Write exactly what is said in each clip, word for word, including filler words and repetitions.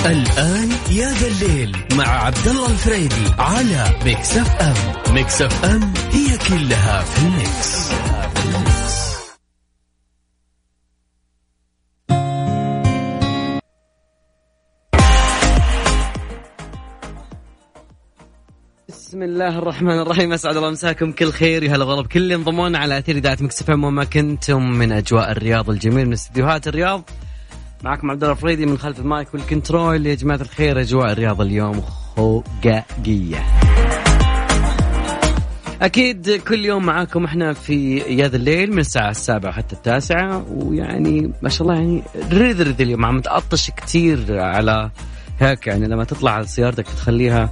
الآن يا ذا الليل مع عبد الله الفريدي على ميكس اف ام. ميكس اف ام هي كلها في الميكس. بسم الله الرحمن الرحيم. أسعد الله مساكم كل خير. يا هلا والله بكل اللي انضمون على أثير إذاعة ميكس اف ام وما كنتم من أجواء الرياض الجميل من استديوهات الرياض. معكم عبد الله الفريدي من خلف المايك والكنترول. يا جماعة الخير، أجواء الرياض اليوم خقاقية. أكيد كل يوم معاكم إحنا في يا ذا الليل من الساعة السابعة حتى التاسعة، ويعني ما شاء الله يعني رذ رذ اليوم عم تقطش كتير على هيك، يعني لما تطلع على سيارتك تخليها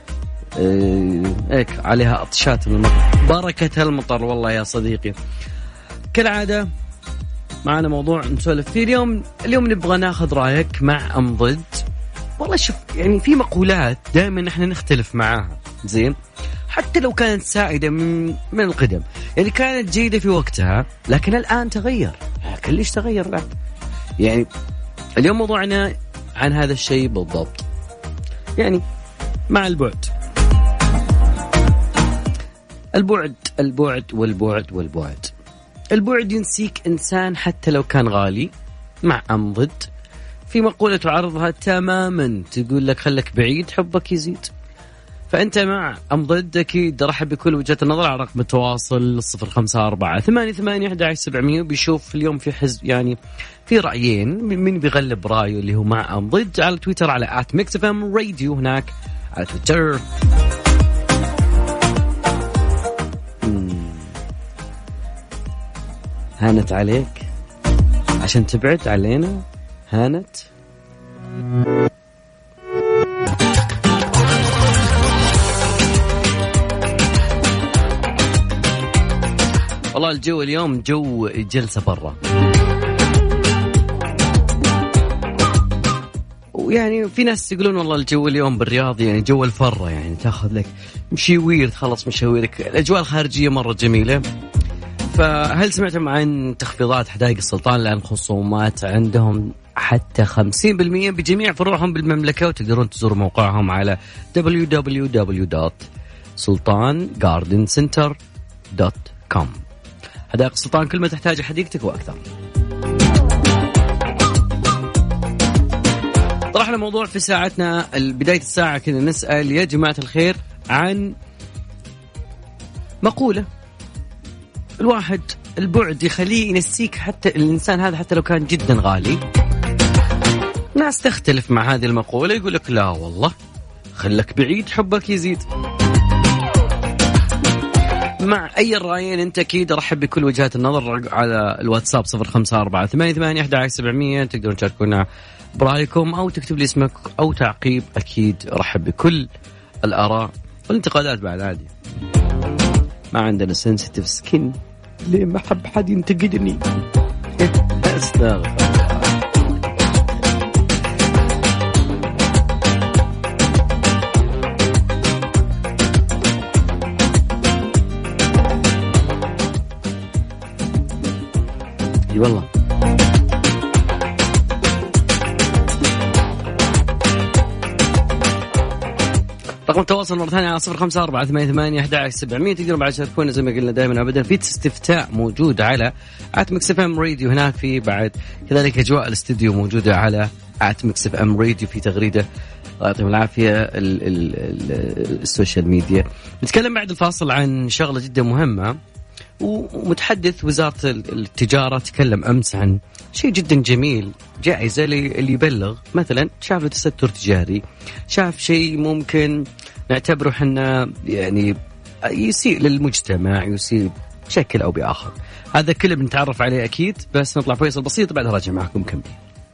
هيك عليها أطشات من المطر. بركة المطر والله يا صديقي. كالعادة معنا موضوع نسولف فيه اليوم. اليوم نبغى ناخذ رأيك مع أم ضد. والله شوف، يعني في مقولات دائما نحن نختلف معاها، زين، حتى لو كانت سائدة من, من القدم، يعني كانت جيدة في وقتها لكن الآن تغير. لكن ليش تغير الآن؟ يعني اليوم موضوعنا عن هذا الشيء بالضبط، يعني مع البعد. البعد البعد والبعد والبعد. البعد ينسيك إنسان حتى لو كان غالي. مع أم ضد، في مقولة تعرضها تماما تقول لك خلك بعيد حبك يزيد. فأنت مع أم ضد أكيد رحب بكل وجهات النظر على رقم التواصل صفر خمسة أربعة ثمانية ثمانية واحد واحد سبعمية. وبيشوف اليوم في حزب، يعني في رأيين، من بيغلب رأيه اللي هو مع أم ضد. على تويتر على آت ميكس اف ام راديو، هناك على تويتر. هانت عليك عشان تبعد علينا؟ هانت؟ والله الجو اليوم جو جلسة برا، ويعني في ناس يقولون والله الجو اليوم بالرياض يعني جو الفرة، يعني تاخذ لك مشاوير تخلص مشاويرك. الأجواء الخارجية مرة جميلة. فهل سمعتم عن تخفيضات حدائق السلطان؟ لأن خصومات عندهم حتى خمسين بالمئة بجميع فروعهم بالمملكة، وتقدرون تزوروا موقعهم على دبليو دبليو دبليو دوت سلطان جاردن سنتر دوت كوم. حدائق السلطان، كل ما تحتاج حديقتك وأكثر. طرحنا موضوع في ساعتنا بداية الساعة كذا، نسأل يا جماعة الخير عن مقولة الواحد البعد يخليه ينسيك حتى الإنسان هذا حتى لو كان جدا غالي. ناس تختلف مع هذه المقولة، يقول لك لا والله خلك بعيد حبك يزيد. مع أي الرأيين أنت أكيد رحب بكل وجهات النظر على الواتساب صفر خمسة أربعة ثمانية ثمانية واحد واحد سبعمية. تقدرون تشاركونا برأيكم أو تكتب لي اسمك أو تعقيب. أكيد رحب بكل الآراء والانتقادات بعد عادي. ما عندنا سنسيتيف سكين، ليه ما حب حد ينتقدني؟ استغفر. اي والله رقم التواصل مرة ثانية على صفر خمسة أربعة ثمانية ثمانية واحد واحد سبعمية. تقدروا بعد تشاركونا زي ما قلنا دائما أبدا. في استفتاء موجود على آت ميكس اف ام راديو، هناك في بعد كذلك أجواء الاستديو موجودة على آت ميكس اف ام راديو في تغريدة. الله يعطيهم العافية ال ال ال السوشيال ميديا. نتكلم بعد الفاصل عن شغلة جدا مهمة، ومتحدث وزارة التجارة تكلم أمس عن شيء جدا جميل، جائزة اللي يبلغ مثلا شاف له تستر تجاري، شاف شيء ممكن نعتبره حنا يعني يسيء للمجتمع، يسيء بشكل أو بآخر. هذا كله بنتعرف عليه أكيد، بس نطلع فيصل بسيط بعد راجع معكم كمل.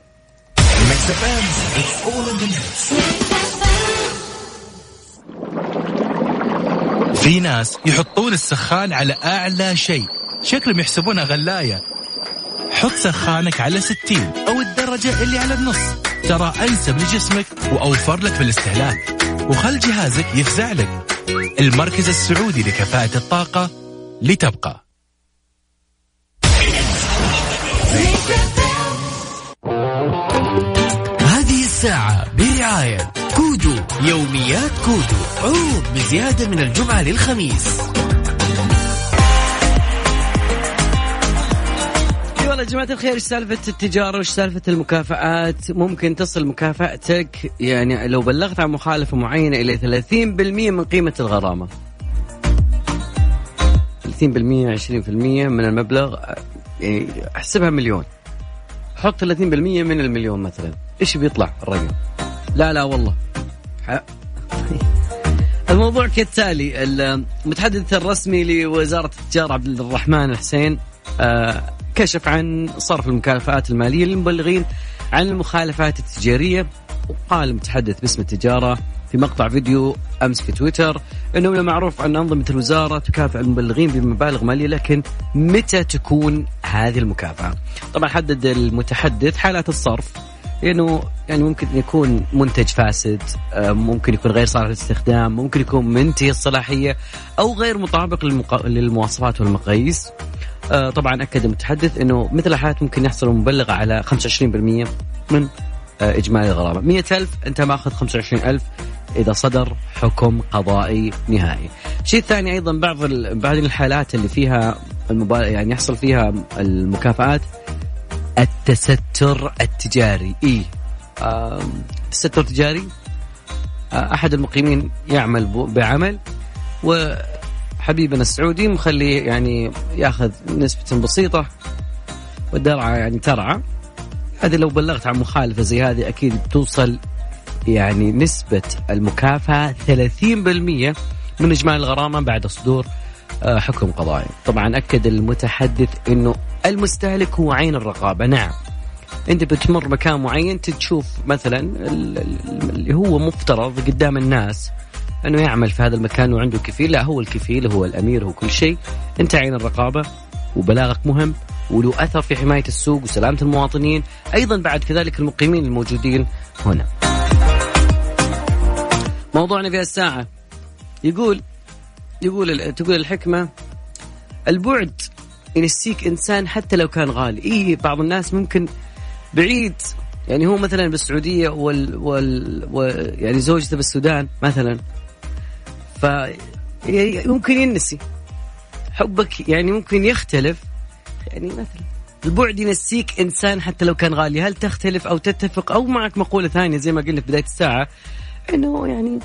في ناس يحطون السخان على أعلى شيء، شكلهم يحسبونها غلاية. حط سخانك على ستين أو الدرجة اللي على النص، ترى أنسب لجسمك وأوفر لك بالاستهلاك، وخل جهازك يفزع لك. المركز السعودي لكفاءة الطاقة لتبقى. الساعة برعاية كودو. يوميات كودو، عروض بزيادة من الجمعة للخميس. والله يا جماعة الخير، ايش سالفة التجارة وايش سالفة المكافآت؟ ممكن تصل مكافأتك يعني لو بلغت عن مخالفة معينة إلى ثلاثين بالمئة من قيمة الغرامة. ثلاثين بالمئة عشرين بالمئة من المبلغ، يعني احسبها مليون، حط ثلاثين بالمئة من المليون مثلا، ايش بيطلع الرقم؟ لا لا والله الموضوع كالتالي. المتحدث الرسمي لوزارة التجارة عبد الرحمن الحسين كشف عن صرف المكافآت المالية للمبلغين عن المخالفات التجارية. وقال المتحدث باسم التجارة في مقطع فيديو أمس في تويتر أنه من المعروف أن أنظمة الوزارة تكافئ المبلغين بمبالغ مالية، لكن متى تكون هذه المكافأة؟ طبعا حدد المتحدث حالات الصرف، لأنه يعني ممكن يكون منتج فاسد، ممكن يكون غير صالح للاستخدام، ممكن يكون منتهي الصلاحية أو غير مطابق للمواصفات والمقاييس. طبعا أكد المتحدث أنه مثل الحالات ممكن يحصل المبلغ على خمسة وعشرين بالمئة من إجمالي الغرامة. مئة ألف أنت ماخذ خمسة وعشرين ألف إذا صدر حكم قضائي نهائي. الشيء الثاني أيضا بعض بعض الحالات اللي فيها المبالغ يعني يحصل فيها المكافآت، التستر التجاري. إيه التستر التجاري، أحد المقيمين يعمل بعمل وحبيبنا السعودي مخليه يعني ياخذ نسبة بسيطة والدرعة يعني ترعى. هذه لو بلغت عن مخالفة زي هذه أكيد بتوصل يعني نسبة المكافأة ثلاثين بالمئة من إجمالي الغرامة بعد صدور حكم قضائي. طبعا أكد المتحدث أنه المستهلك هو عين الرقابة. نعم، أنت بتمر مكان معين تشوف مثلا اللي هو مفترض قدام الناس أنه يعمل في هذا المكان وعنده كفيل، لا هو الكفيل هو الأمير هو كل شيء. أنت عين الرقابة وبلاغك مهم وله أثر في حماية السوق وسلامة المواطنين، أيضا بعد كذلك المقيمين الموجودين هنا. موضوعنا في الساعة يقول يقول تقول الحكمة: البعد ينسيك إنسان حتى لو كان غالي. إيه بعض الناس ممكن بعيد، يعني هو مثلا بالسعودية وال, وال... و... يعني زوجته بالسودان مثلا، فممكن ينسي حبك، يعني ممكن يختلف. يعني مثلا البعد ينسيك إنسان حتى لو كان غالي. هل تختلف أو تتفق أو معك مقولة ثانية زي ما قلنا في بداية الساعة إنه يعني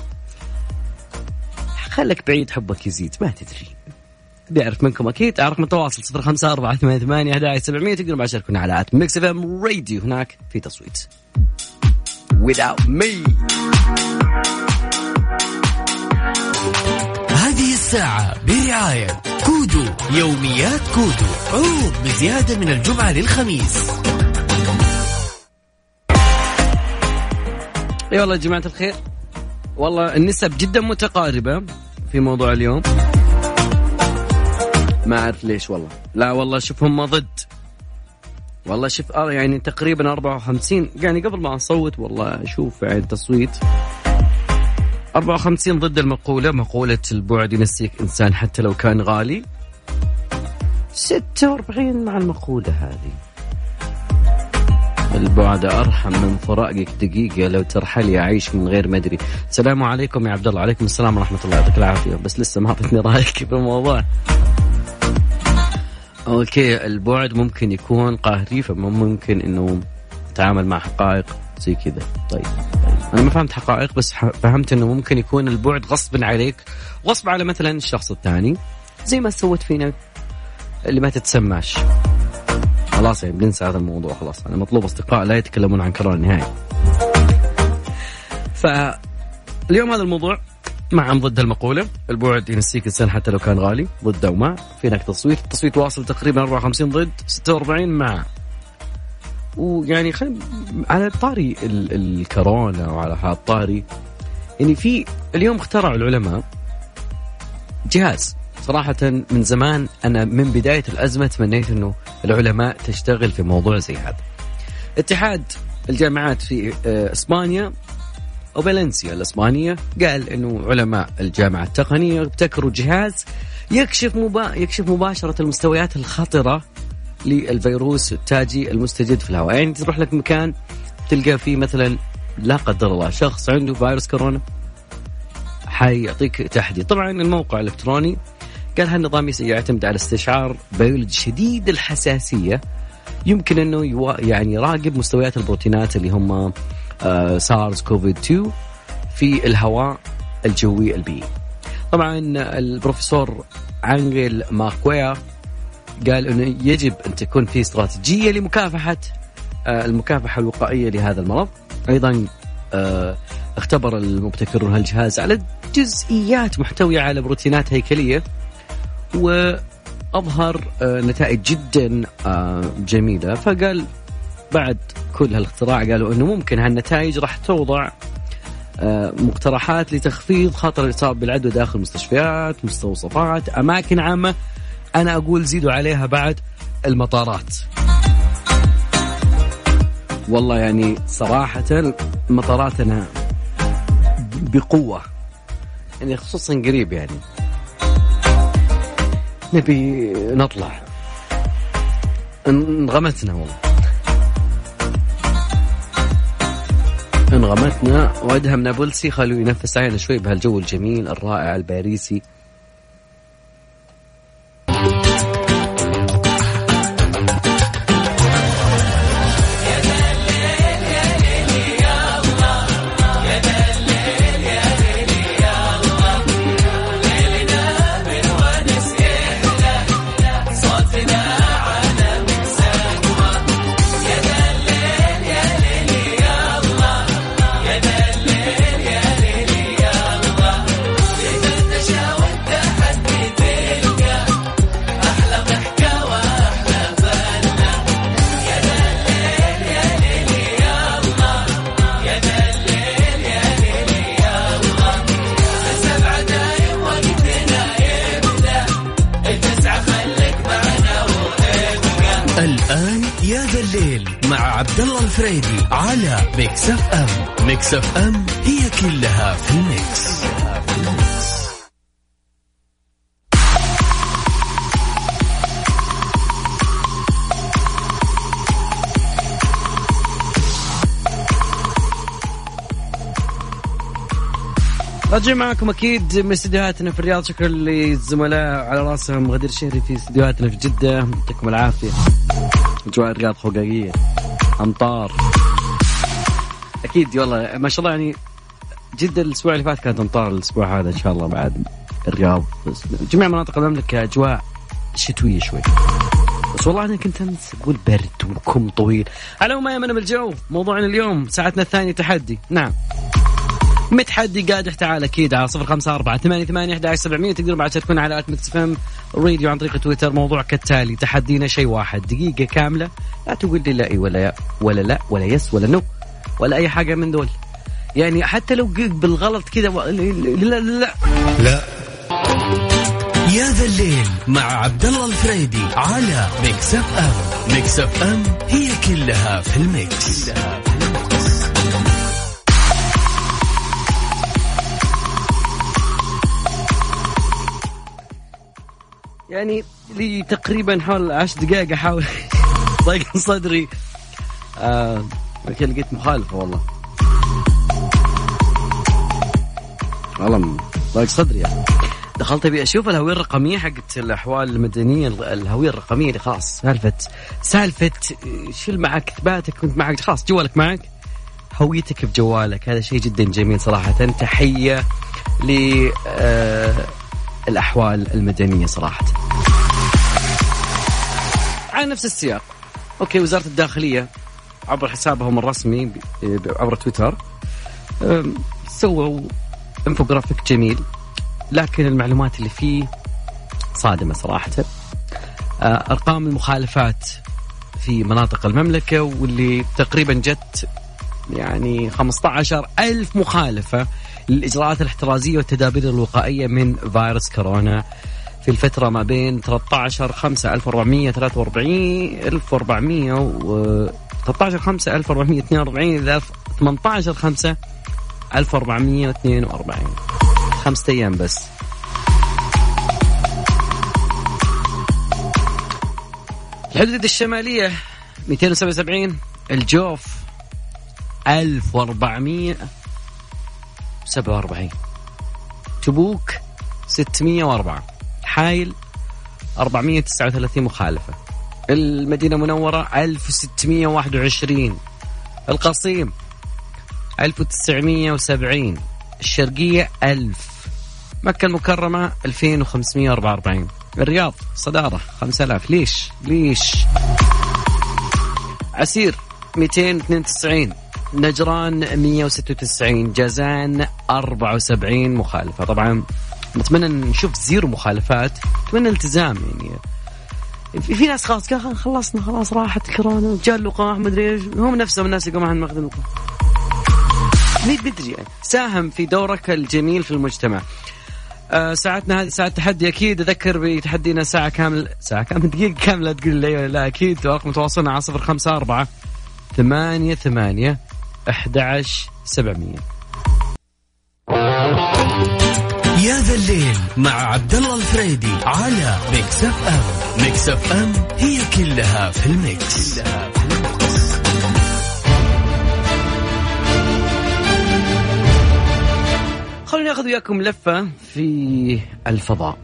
خلك بعيد حبك يزيد؟ ما تدري، بيعرف منكم أكيد. أعرف متواصل صفر خمسة أربعة ثمانية ثمانية أحد عشر سبعمية. تقدروا بعد شاركونا على آت ميكس إف إم راديو. هناك في تصويت Without me. هذه الساعة برعاية كودو. يوميات كودو، عروض بزيادة من الجمعة للخميس. اي والله يا جماعة الخير، والله النسب جدا متقاربة في موضوع اليوم. ما أعرف ليش والله. لا والله شوف هم ضد، والله شوف يعني تقريبا أربعة وخمسين، يعني قبل ما أصوت والله أشوف يعني تصويت أربعة وخمسين ضد المقولة، مقولة البعد ينسيك إنسان حتى لو كان غالي. ستة وأربعين مع المقولة هذه: البعد أرحم من فراقك دقيقة، لو ترحلي أعيش من غير مدري. السلام عليكم يا عبد الله. عليكم السلام ورحمة الله، يعطيك العافية. بس لسه ما أعطتني رأيك في الموضوع. أوكي، البعد ممكن يكون قاهري، فممكن إنه تعامل مع حقائق زي كذا. طيب. طيب أنا ما فهمت حقائق، بس فهمت إنه ممكن يكون البعد غصب عليك، غصب على مثلا الشخص الثاني، زي ما سوت فينا اللي ما تتسماش. خلاص يعني بننسى هذا الموضوع. خلاص أنا مطلوب أصدقاء لا يتكلمون عن قرار نهائي. فاليوم هذا الموضوع مع ضد المقولة البعد ينسيك إنسان حتى لو كان غالي، ضد أو مع. في هناك تصويت، التصويت واصل تقريبا أربعة وخمسين ضد ستة وأربعين مع. ويعني خلينا على طاري الكورونا وعلى هذا الطاري، يعني في اليوم اخترعوا العلماء جهاز. صراحة من زمان أنا من بداية الأزمة تمنيت أنه العلماء تشتغل في موضوع زي هذا. اتحاد الجامعات في إسبانيا أو فالنسيا الإسبانية قال أنه علماء الجامعة التقنية ابتكروا جهاز يكشف مبا... يكشف مباشرة المستويات الخطرة للفيروس التاجي المستجد في الهواء. يعني تروح لك مكان تلقى فيه مثلا لا قدر الله شخص عنده فيروس كورونا حيعطيك تحدي. طبعا الموقع الإلكتروني قال هالنظام يعتمد على استشعار بيولوجي شديد الحساسية، يمكن أنه يو... يعني يراقب مستويات البروتينات اللي هم آه سارس كوفيد اثنين في الهواء الجوي البيئي. طبعا البروفيسور أنجيل ماركويا قال أنه يجب أن تكون في استراتيجية لمكافحة آه المكافحة الوقائية لهذا المرض. أيضا آه اختبر المبتكرون هالجهاز على جزئيات محتوية على بروتينات هيكلية وأظهر آه نتائج جدا آه جميلة. فقال بعد كل هالاختراع قالوا أنه ممكن هالنتائج راح توضع آه مقترحات لتخفيض خطر الإصابة بالعدوى داخل مستشفيات، مستوصفات، أماكن عامة. أنا أقول زيدوا عليها بعد المطارات. والله يعني صراحة مطاراتنا بقوة يعني خصوصا قريب يعني نبي نطلع انغمتنا والله انغمتنا وادهم نابلسي خلوا ينفس علينا شوي بهالجو الجميل الرائع الباريسي. عبد الله الفريدي على ميكس اف ام. ميكس اف ام هي كلها في الميكس. رجع معكم أكيد من استديوهاتنا في الرياض. شكرا للزملاء على راسهم غدير الشهري في استديوهاتنا في جدة، يعطيكم العافية. أجواء الرياض حقيقية، أمطار أكيد والله ما شاء الله. يعني جدة الأسبوع اللي فات كانت أمطار، الأسبوع هذا إن شاء الله بعد الرياض جميع مناطق المملكة أجواء شتوية شوي. بس والله أنا كنت أمس أقول برد وكم طويل. على ما يمنا بالجو. موضوعنا اليوم ساعتنا الثانية تحدي. نعم متحدي قادح. تعال أكيد على صفر خمسة أربعة ثمانية ثمانية أحد عشر سبعمية. تقدروا بعد تكون على آت ميكس اف ام راديو عن طريق تويتر. موضوع كالتالي: تحدينا شيء واحد دقيقة كاملة، لا تقول لي لا ولا ولا لا ولا يس ولا نو ولا أي حاجة من دول. يعني حتى لو بالغلط كذا و... لا لا لا. يا ذا الليل مع عبد الله الفريدي على ميكس اف ام. ميكس اف ام هي كلها في الميكس. يعني لي تقريبا حول عشر دقائق أحاول ضيق صدري. آه لكن لقيت مخالفة والله والله ضيق صدري. يعني دخلت أبي أشوف الهوية الرقمية حقت الأحوال المدنية، الهوية الرقمية اللي خلاص سالفة سالفة شيل معك إثباتك، كنت معك خلاص جوالك معك، هويتك في جوالك. هذا شيء جدا جميل صراحة. تحية ل آه الأحوال المدنية صراحة. على نفس السياق أوكي، وزارة الداخلية عبر حسابهم الرسمي عبر تويتر سووا انفوجرافيك جميل، لكن المعلومات اللي فيه صادمة صراحة. أرقام المخالفات في مناطق المملكة واللي تقريبا جت يعني خمسة عشر ألف مخالفة للإجراءات الاحترازية والتدابير الوقائية من فيروس كورونا في الفترة ما بين ثلاثة عشر خمسة ألف وأربعمية وثلاثة وأربعين ألف وأربعمية و ثلاثة عشر خمسة ألف وأربعمية واثنين وأربعين إلى ثمانية عشر خمسة ألف وأربعمية واثنين وأربعين. خمسة أيام بس. الحدود الشمالية مئتين وسبعة وسبعين، الجوف ألف وأربعمائة وسبعة وأربعين، تبوك ستمائة وأربعة، حايل أربعمائة وتسعة وثلاثين مخالفة، المدينة المنورة ألف وستمائة وواحد وعشرين، القصيم ألف وتسعمائة وسبعين، الشرقية ألف، مكة المكرمة ألفين وخمسمائة وأربعة وأربعين، الرياض صدارة خمسة آلاف. ليش ليش عسير مئتين واثنين وتسعين، نجران مئة وستة وتسعين، جازان أربعة وسبعين مخالفة. طبعا نتمنى نشوف زيرو مخالفات، نتمنى التزام. يعني في, في ناس خلاص خلصنا خلاص راحت كورونا جاء اللقاح مدري ايش، هم نفسهم الناس يقومون عن مخدم اللقاح. مين بدري يعني ساهم في دورك الجميل في المجتمع. آه ساعتنا هذه ساعة تحدي، أكيد أذكر بتحدينا ساعة كامل ساعة كامل دقيقة كاملة تقول لي ولا لا. أكيد رقم تواصلنا على صفر خمسة أربعة ثمانية ثمانية أحد عشر سبعمية. يا ذا الليل مع عبد الله الفريدي على ميكس اف ام. ميكس اف ام هي كلها في الميكس. كلها في الميكس. خلونا ناخذ وياكم لفة في الفضاء.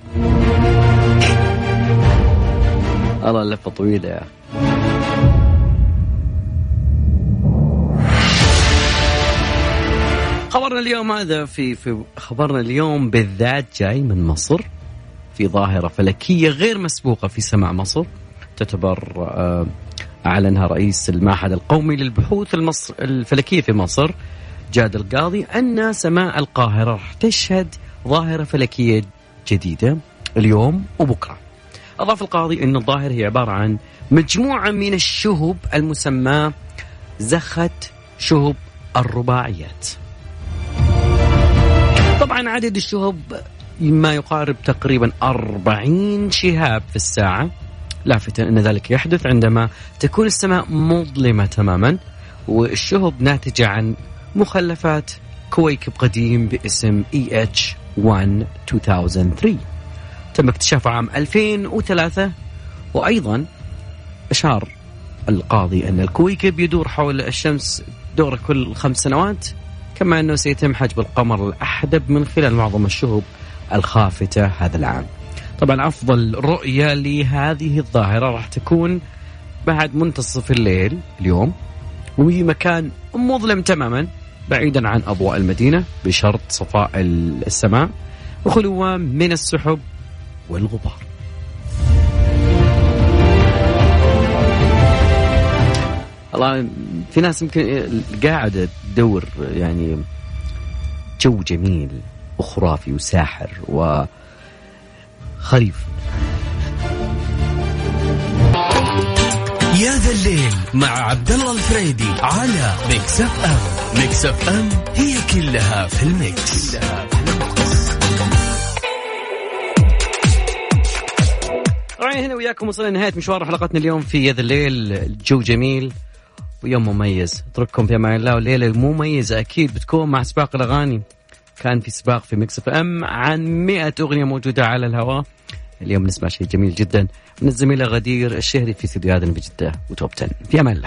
الله اللفة طويلة يا خبرنا اليوم هذا في في خبرنا اليوم بالذات جاي من مصر، في ظاهرة فلكية غير مسبوقة في سماء مصر، تعتبر أعلنها رئيس المعهد القومي للبحوث المصر الفلكية في مصر جاد القاضي أن سماء القاهرة راح تشهد ظاهرة فلكية جديدة اليوم وبكرة. أضاف القاضي أن الظاهرة هي عبارة عن مجموعة من الشهب المسماة زخة شهب الرباعيات. طبعا عدد الشهب ما يقارب تقريبا أربعين شهاب في الساعة. لافتا أن ذلك يحدث عندما تكون السماء مظلمة تماما، والشهب ناتجة عن مخلفات كويكب قديم باسم إي إتش واحد ألفين وثلاثة تم اكتشافه عام ألفين وثلاثة. وأيضا أشار القاضي أن الكويكب يدور حول الشمس دورة كل خمس سنوات، كما أنه سيتم حجب القمر الأحدب من خلال معظم الشهب الخافتة هذا العام. طبعا أفضل رؤية لهذه الظاهرة راح تكون بعد منتصف الليل اليوم، ومكان مظلم تماما بعيدا عن أضواء المدينة، بشرط صفاء السماء وخلوة من السحب والغبار. الله، في ناس يمكن قاعدة تدور يعني جو جميل وخرافي وساحر وخريف. يا ذا الليل مع عبد الله الفريدي على ميكس اف ام. ميكس اف ام هي كلها في الميكس. طبعا هنا وياكم وصلنا لنهاية مشوار حلقتنا اليوم في يا ذا الليل. الجو جميل ويوم مميز، اترككم في امان الله. والليلة مميزة أكيد بتكون مع سباق الأغاني. كان في سباق في ميكس اف ام عن مئة أغنية موجودة على الهواء. اليوم نسمع شيء جميل جدا من الزميلة غدير الشهري في استديوهاتنا بجدة وتوب عشرة. في أمان الله.